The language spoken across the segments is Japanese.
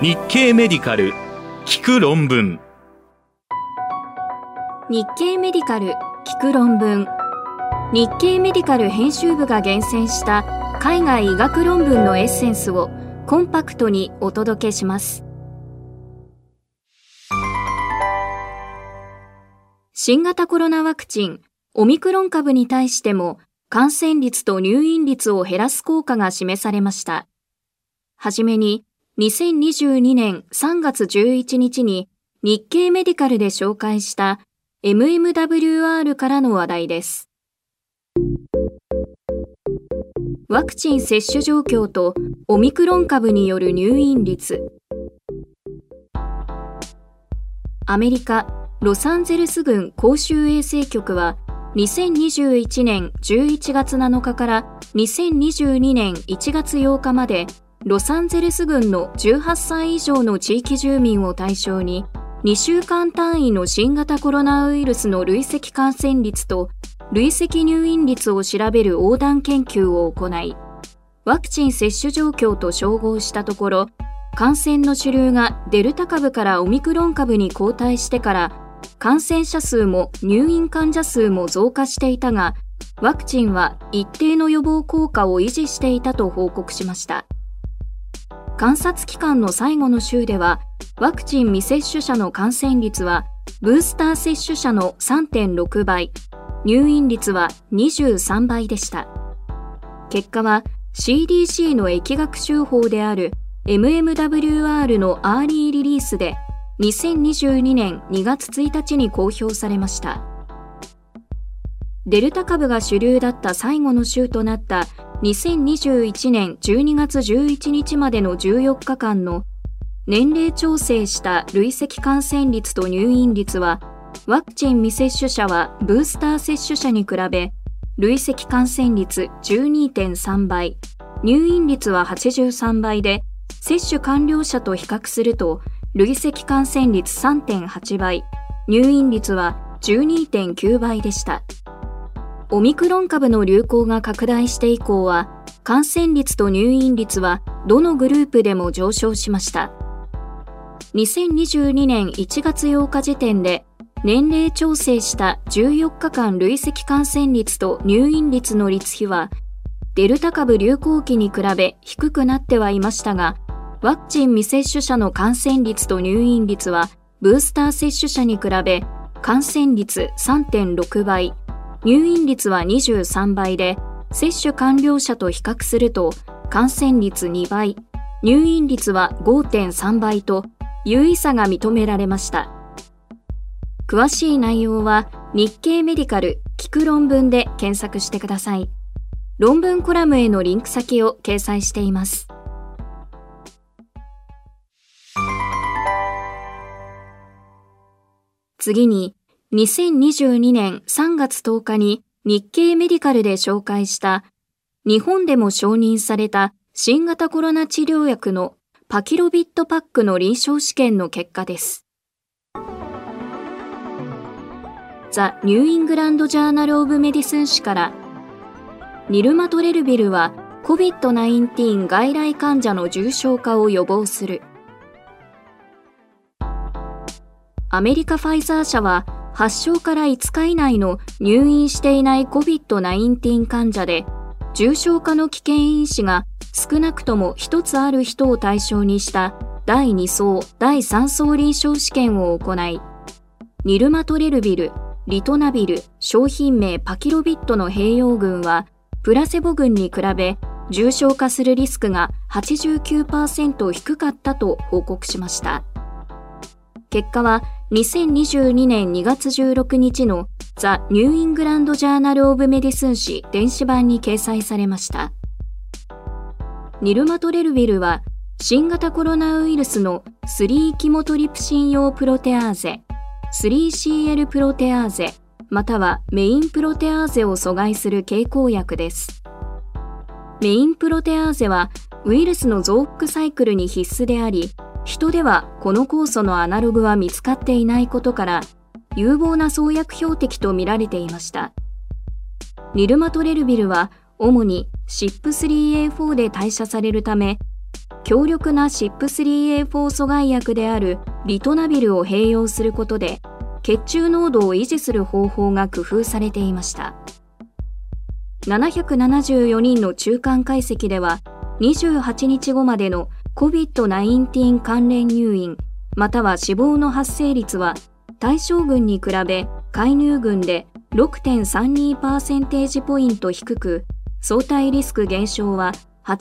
日経メディカル聞く論文。 日経メディカル聞く論文。日経メディカル編集部が厳選した海外医学論文のエッセンスをコンパクトにお届けします。新型コロナワクチンオミクロン株に対しても感染率と入院率を減らす効果が示されました。はじめに2022年3月11日に日経メディカルで紹介した MMWR からの話題です。ワクチン接種状況とオミクロン株による入院率。アメリカ・ロサンゼルス郡公衆衛生局は2021年11月7日から2022年1月8日までロサンゼルス郡の18歳以上の地域住民を対象に2週間単位の新型コロナウイルスの累積感染率と累積入院率を調べる横断研究を行い、ワクチン接種状況と照合したところ、感染の主流がデルタ株からオミクロン株に後退してから感染者数も入院患者数も増加していたが、ワクチンは一定の予防効果を維持していたと報告しました。観察期間の最後の週では、ワクチン未接種者の感染率はブースター接種者の 3.6 倍、入院率は23倍でした。結果は CDC の疫学習法である MMWR のアーリーリリースで2022年2月1日に公表されました。デルタ株が主流だった最後の週となった2021年12月11日までの14日間の年齢調整した累積感染率と入院率は、ワクチン未接種者はブースター接種者に比べ、累積感染率 12.3 倍、入院率は83倍で、接種完了者と比較すると、累積感染率 3.8 倍、入院率は 12.9 倍でした。オミクロン株の流行が拡大して以降は、感染率と入院率はどのグループでも上昇しました。2022年1月8日時点で、年齢調整した14日間累積感染率と入院率の率比は、デルタ株流行期に比べ低くなってはいましたが、ワクチン未接種者の感染率と入院率は、ブースター接種者に比べ、感染率 3.6 倍、入院率は23倍で、接種完了者と比較すると、感染率2倍、入院率は 5.3 倍と、有意差が認められました。詳しい内容は日経メディカル聞く論文で検索してください。論文コラムへのリンク先を掲載しています。次に、2022年3月10日に日経メディカルで紹介した日本でも承認された新型コロナ治療薬のパキロビッドパックの臨床試験の結果です。ザ・ニューイングランド・ジャーナル・オブ・メディスン誌から、ニルマトレルビルは COVID-19 外来患者の重症化を予防する。アメリカファイザー社は発症から5日以内の入院していない COVID-19 患者で、重症化の危険因子が少なくとも1つある人を対象にした第2相、第3相臨床試験を行い、ニルマトレルビル、リトナビル、商品名パキロビッドの併用群は、プラセボ群に比べ重症化するリスクが 89% 低かったと報告しました。結果は2022年2月16日のザ・ニューイングランド・ジャーナル・オブ・メディスン誌電子版に掲載されました。ニルマトレルビルは新型コロナウイルスの3キモトリプシン様プロテアーゼ、3CL プロテアーゼ、またはメインプロテアーゼを阻害する経口薬です。メインプロテアーゼはウイルスの増幅サイクルに必須であり、人ではこの酵素のアナログは見つかっていないことから、有望な創薬標的と見られていました。ニルマトレルビルは主に CYP3A4 で代謝されるため、 強力な CYP3A4 阻害薬であるリトナビルを併用することで血中濃度を維持する方法が工夫されていました。774人の中間解析では、28日後までの COVID-19 関連入院または死亡の発生率は対象群に比べ介入群で 6.32% ポイント低く、相対リスク減少は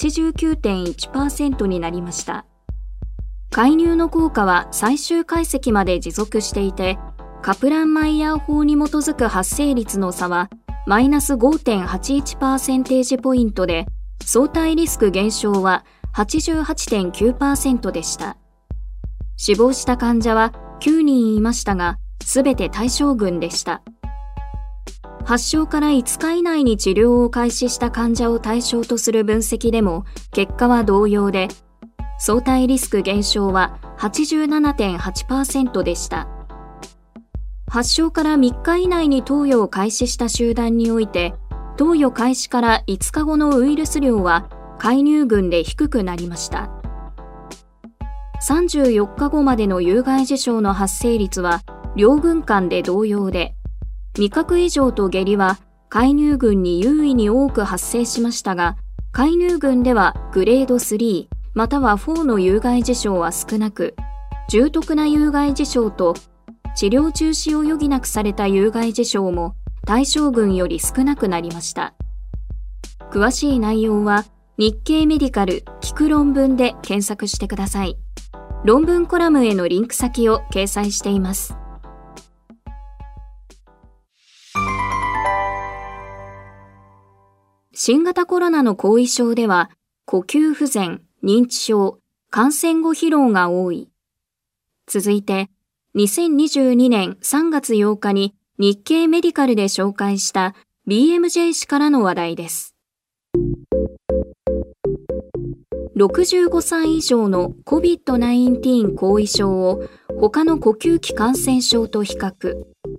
89.1% になりました。介入の効果は最終解析まで持続していて、カプランマイヤー法に基づく発生率の差はマイナス 5.81% ポイントで、相対リスク減少は 88.9% でした。死亡した患者は9人いましたが、すべて対象群でした。発症から5日以内に治療を開始した患者を対象とする分析でも結果は同様で、相対リスク減少は 87.8% でした。発症から3日以内に投与を開始した集団において、投与開始から5日後のウイルス量は介入群で低くなりました。34日後までの有害事象の発生率は両群間で同様で、味覚異常と下痢は介入群に優位に多く発生しましたが、介入群ではグレード3または4の有害事象は少なく、重篤な有害事象と治療中止を余儀なくされた有害事象も対象群より少なくなりました。詳しい内容は日経メディカル聞く論文で検索してください。論文コラムへのリンク先を掲載しています。新型コロナの後遺症では、呼吸不全、認知症、感染後疲労が多い。続いて、2022年3月8日に日経メディカルで紹介した BMJ 氏からの話題です。65歳以上の COVID-19 後遺症を他の呼吸器感染症と比較。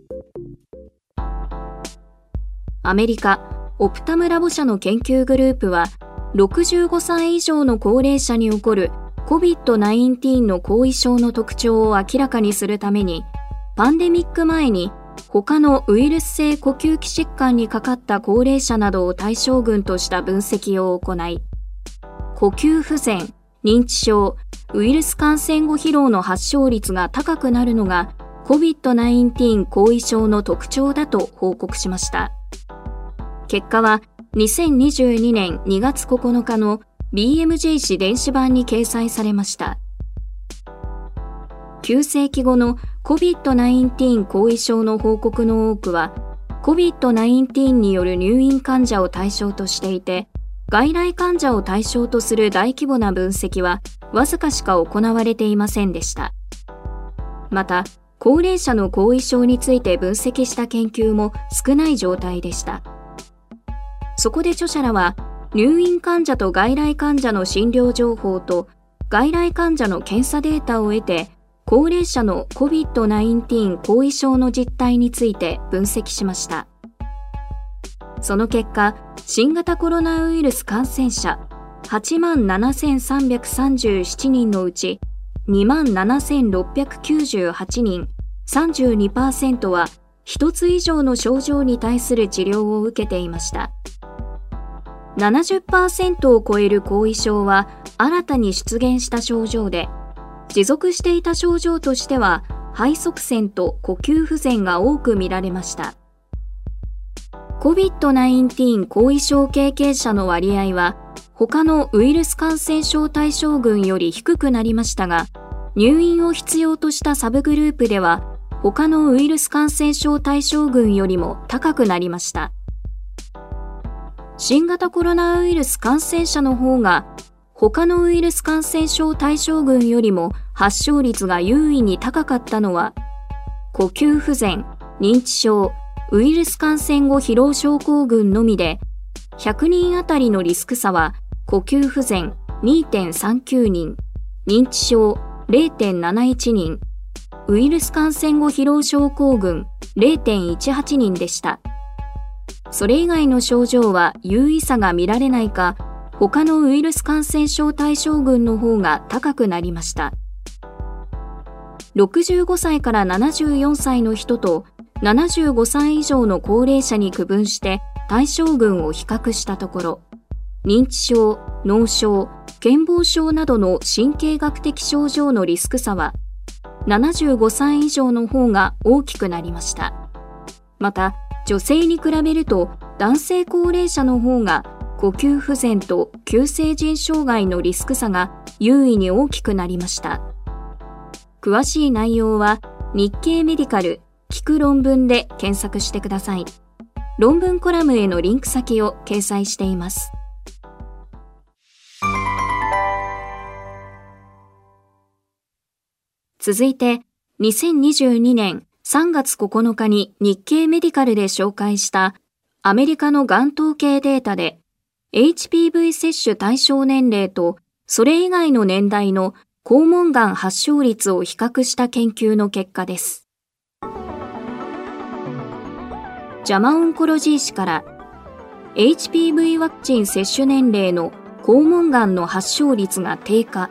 アメリカオプタムラボ社の研究グループは、65歳以上の高齢者に起こる COVID-19 の後遺症の特徴を明らかにするために、パンデミック前に他のウイルス性呼吸器疾患にかかった高齢者などを対象群とした分析を行い、呼吸不全、認知症、ウイルス感染後疲労の発症率が高くなるのが COVID-19 後遺症の特徴だと報告しました。結果は2022年2月9日の BMJ 誌電子版に掲載されました。急性期後の COVID-19 後遺症の報告の多くは COVID-19 による入院患者を対象としていて、外来患者を対象とする大規模な分析はわずかしか行われていませんでした。また、高齢者の後遺症について分析した研究も少ない状態でした。そこで著者らは、入院患者と外来患者の診療情報と外来患者の検査データを得て、高齢者の COVID-19 後遺症の実態について分析しました。その結果、新型コロナウイルス感染者87,337 人のうち 27,698 人、32% は1つ以上の症状に対する治療を受けていました。70% を超える後遺症は新たに出現した症状で、持続していた症状としては肺塞栓と呼吸不全が多く見られました。COVID-19 後遺症経験者の割合は他のウイルス感染症対象群より低くなりましたが、入院を必要としたサブグループでは他のウイルス感染症対象群よりも高くなりました。新型コロナウイルス感染者の方が他のウイルス感染症対象群よりも発症率が優位に高かったのは、呼吸不全、認知症、ウイルス感染後疲労症候群のみで、100人あたりのリスク差は呼吸不全 2.39 人、認知症 0.71 人、ウイルス感染後疲労症候群 0.18 人でした。それ以外の症状は優位差が見られないか、 他のウイルス感染症対象群の方が高くなりました。65歳から74歳の人と75歳以上の高齢者に区分して対象群を比較したところ、認知症、脳症、健忘症などの神経学的症状のリスク差は75歳以上の方が大きくなりました。また、女性に比べると男性高齢者の方が呼吸不全と急性腎障害のリスク差が優位に大きくなりました。詳しい内容は日経メディカル聞く論文で検索してください。論文コラムへのリンク先を掲載しています。続いて、2022年3月9日に日経メディカルで紹介したアメリカのがん統計データで HPV 接種対象年齢とそれ以外の年代の肛門がん発症率を比較した研究の結果です。ジャマオンコロジー誌から HPV ワクチン接種年齢の肛門がんの発症率が低下。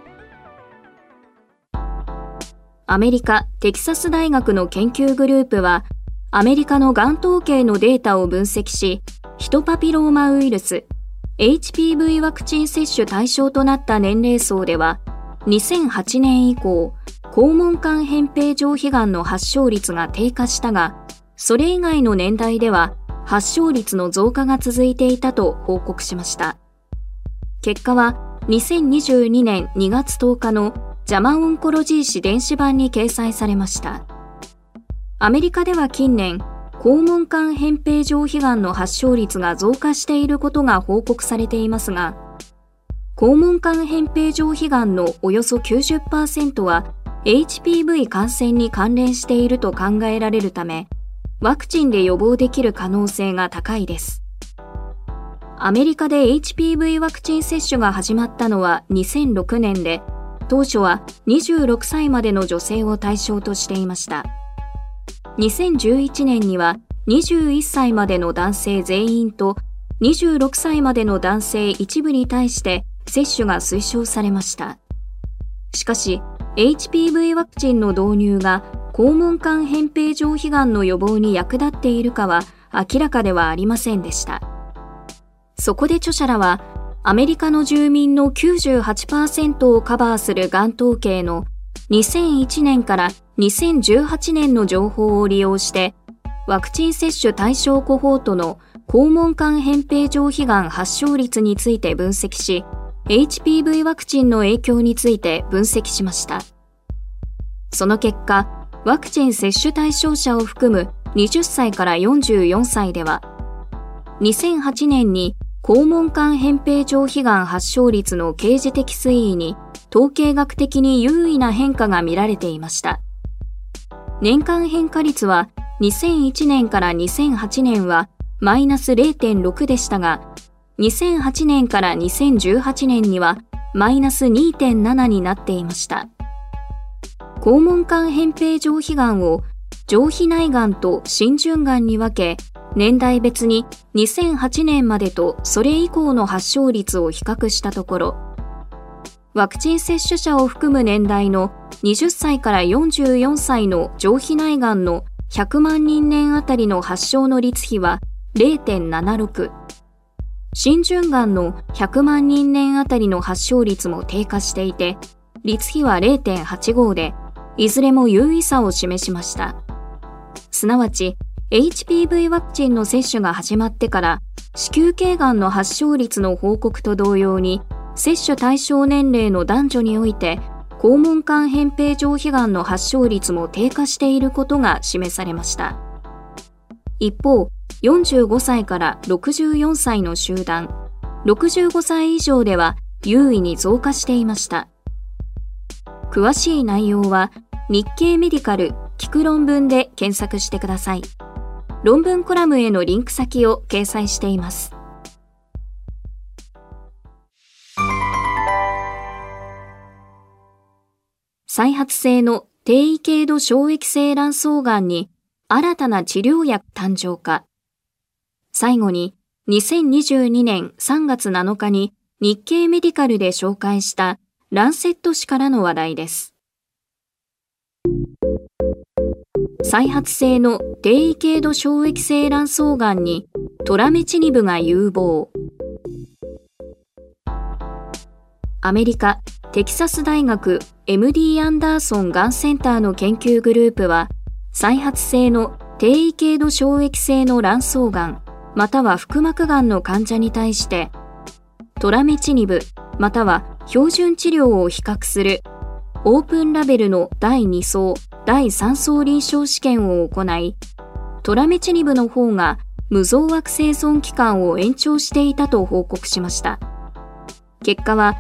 アメリカ・テキサス大学の研究グループは、アメリカのがん統計のデータを分析し、ヒトパピローマウイルス、HPV ワクチン接種対象となった年齢層では、2008年以降、肛門間扁平上皮がんの発症率が低下したが、それ以外の年代では発症率の増加が続いていたと報告しました。結果は2022年2月10日のジャマオンコロジー誌電子版に掲載されました。アメリカでは近年、肛門間扁平上皮がんの発症率が増加していることが報告されていますが、肛門間扁平上皮がんのおよそ 90% は HPV 感染に関連していると考えられるため、ワクチンで予防できる可能性が高いです。アメリカで HPV ワクチン接種が始まったのは2006年で、当初は26歳までの女性を対象としていました。2011年には21歳までの男性全員と26歳までの男性一部に対して接種が推奨されました。しかし、HPV ワクチンの導入が肛門間扁平上皮がんの予防に役立っているかは明らかではありませんでした。そこで著者らは、アメリカの住民の 98% をカバーするがん統計の2001年から2018年の情報を利用して、ワクチン接種対象コホートの肛門間扁平上皮がん発症率について分析し、HPV ワクチンの影響について分析しました。その結果、ワクチン接種対象者を含む20歳から44歳では、2008年に肛門間扁平上皮がん発症率の経時的推移に統計学的に優位な変化が見られていました。年間変化率は2001年から2008年はマイナス 0.6 でしたが、2008年から2018年にはマイナス 2.7 になっていました。肛門間扁平上皮がんを上皮内がんと浸潤がんに分け、年代別に2008年までとそれ以降の発症率を比較したところ、ワクチン接種者を含む年代の20歳から44歳の上皮内がんの100万人年あたりの発症の率比は 0.76、浸潤がんの100万人年あたりの発症率も低下していて、率比は 0.85 で、いずれも優位差を示しました。すなわち、HPV ワクチンの接種が始まってから子宮頸がんの発症率の報告と同様に、接種対象年齢の男女において肛門間扁平上皮がんの発症率も低下していることが示されました。一方、45歳から64歳の集団、65歳以上では優位に増加していました。詳しい内容は日経メディカル聞く論文で検索してください。論文コラムへのリンク先を掲載しています。再発性の低位軽度小液性卵巣がんに新たな治療薬誕生か。最後に2022年3月7日に日経メディカルで紹介したランセット誌からの話題です。再発性の低位軽度小液性卵巣がんにトラメチニブが有望。アメリカ・テキサス大学 MD アンダーソンがんセンターの研究グループは、再発性の低位軽度小液性の卵巣がんまたは腹膜がんの患者に対してトラメチニブまたは標準治療を比較するオープンラベルの第2相、第3相臨床試験を行い、トラメチニブの方が無増悪生存期間を延長していたと報告しました。結果は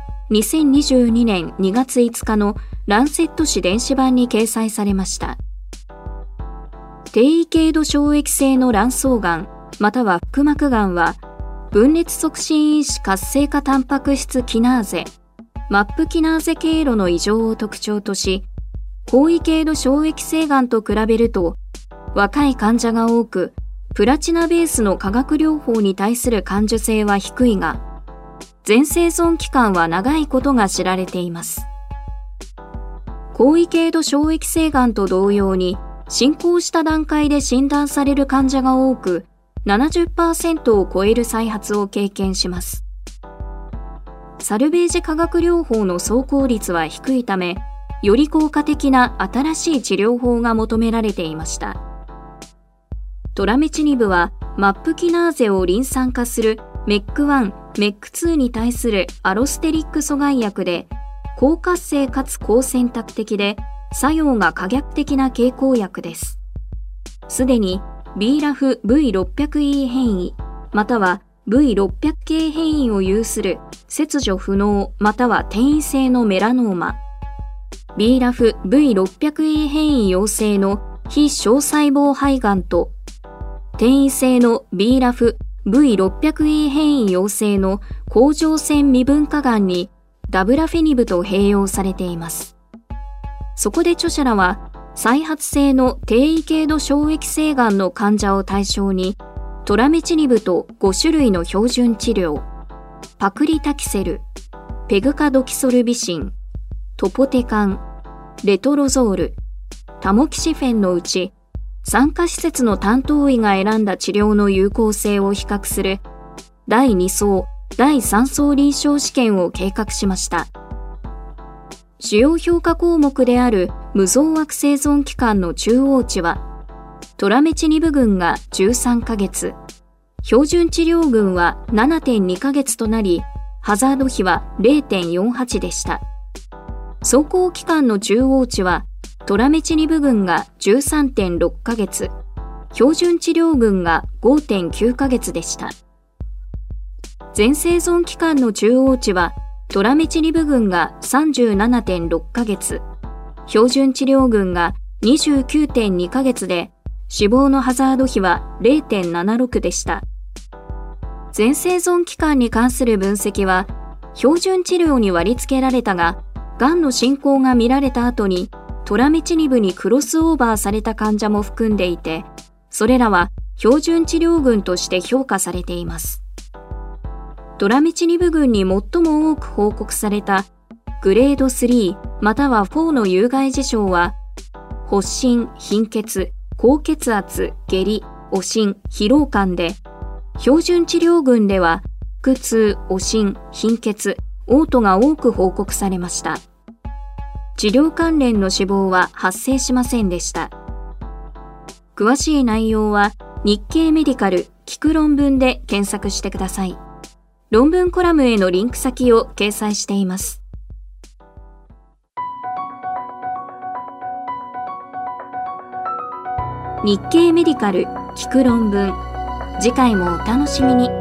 2022年2月5日のランセット誌電子版に掲載されました。低位軽度小液性の卵巣がんまたは腹膜がんは分裂促進因子活性化タンパク質キナーゼMAPキナーゼ経路の異常を特徴とし、高位軽度小液性がんと比べると若い患者が多く、プラチナベースの化学療法に対する感受性は低いが、全生存期間は長いことが知られています。高位軽度小液性がんと同様に、進行した段階で診断される患者が多く、70% を超える再発を経験します。サルベージ化学療法の走行率は低いため、より効果的な新しい治療法が求められていました。トラメチニブは MAP キナーゼをリン酸化する MEC1、MEC2 に対するアロステリック阻害薬で、高活性かつ高選択的で、作用が可逆的な経口薬です。すでに BRAF V600E 変異、または V600 系変異を有する切除不能または転移性のメラノーマ、BRAF V600E 変異陽性の非小細胞肺がんと、転移性の BRAF V600E 変異陽性の甲状腺未分化がんにダブラフェニブと併用されています。そこで著者らは、再発性の低位軽度小液性がんの患者を対象に、トラメチニブと5種類の標準治療、パクリタキセル、ペグカドキソルビシン、トポテカン、レトロゾール、タモキシフェンのうち、産科施設の担当医が選んだ治療の有効性を比較する第2相、第3相臨床試験を計画しました。主要評価項目である無増悪生存期間の中央値は、トラメチニブ群が13ヶ月、標準治療群は 7.2 ヶ月となり、ハザード比は 0.48 でした。走行期間の中央値は、トラメチニブ群が 13.6 ヶ月、標準治療群が 5.9 ヶ月でした。全生存期間の中央値は、トラメチニブ群が 37.6 ヶ月、標準治療群が 29.2 ヶ月で、死亡のハザード比は 0.76 でした。全生存期間に関する分析は、標準治療に割り付けられたが、がんの進行が見られた後に、トラメチニブにクロスオーバーされた患者も含んでいて、それらは標準治療群として評価されています。トラメチニブ群に最も多く報告されたグレード3または4の有害事象は、発疹、貧血、高血圧、下痢、悪心、疲労感で、標準治療群では腹痛、悪心、貧血、嘔吐が多く報告されました。治療関連の死亡は発生しませんでした。詳しい内容は日経メディカル聞く論文で検索してください。論文コラムへのリンク先を掲載しています。日経メディカル聞く論文。次回もお楽しみに。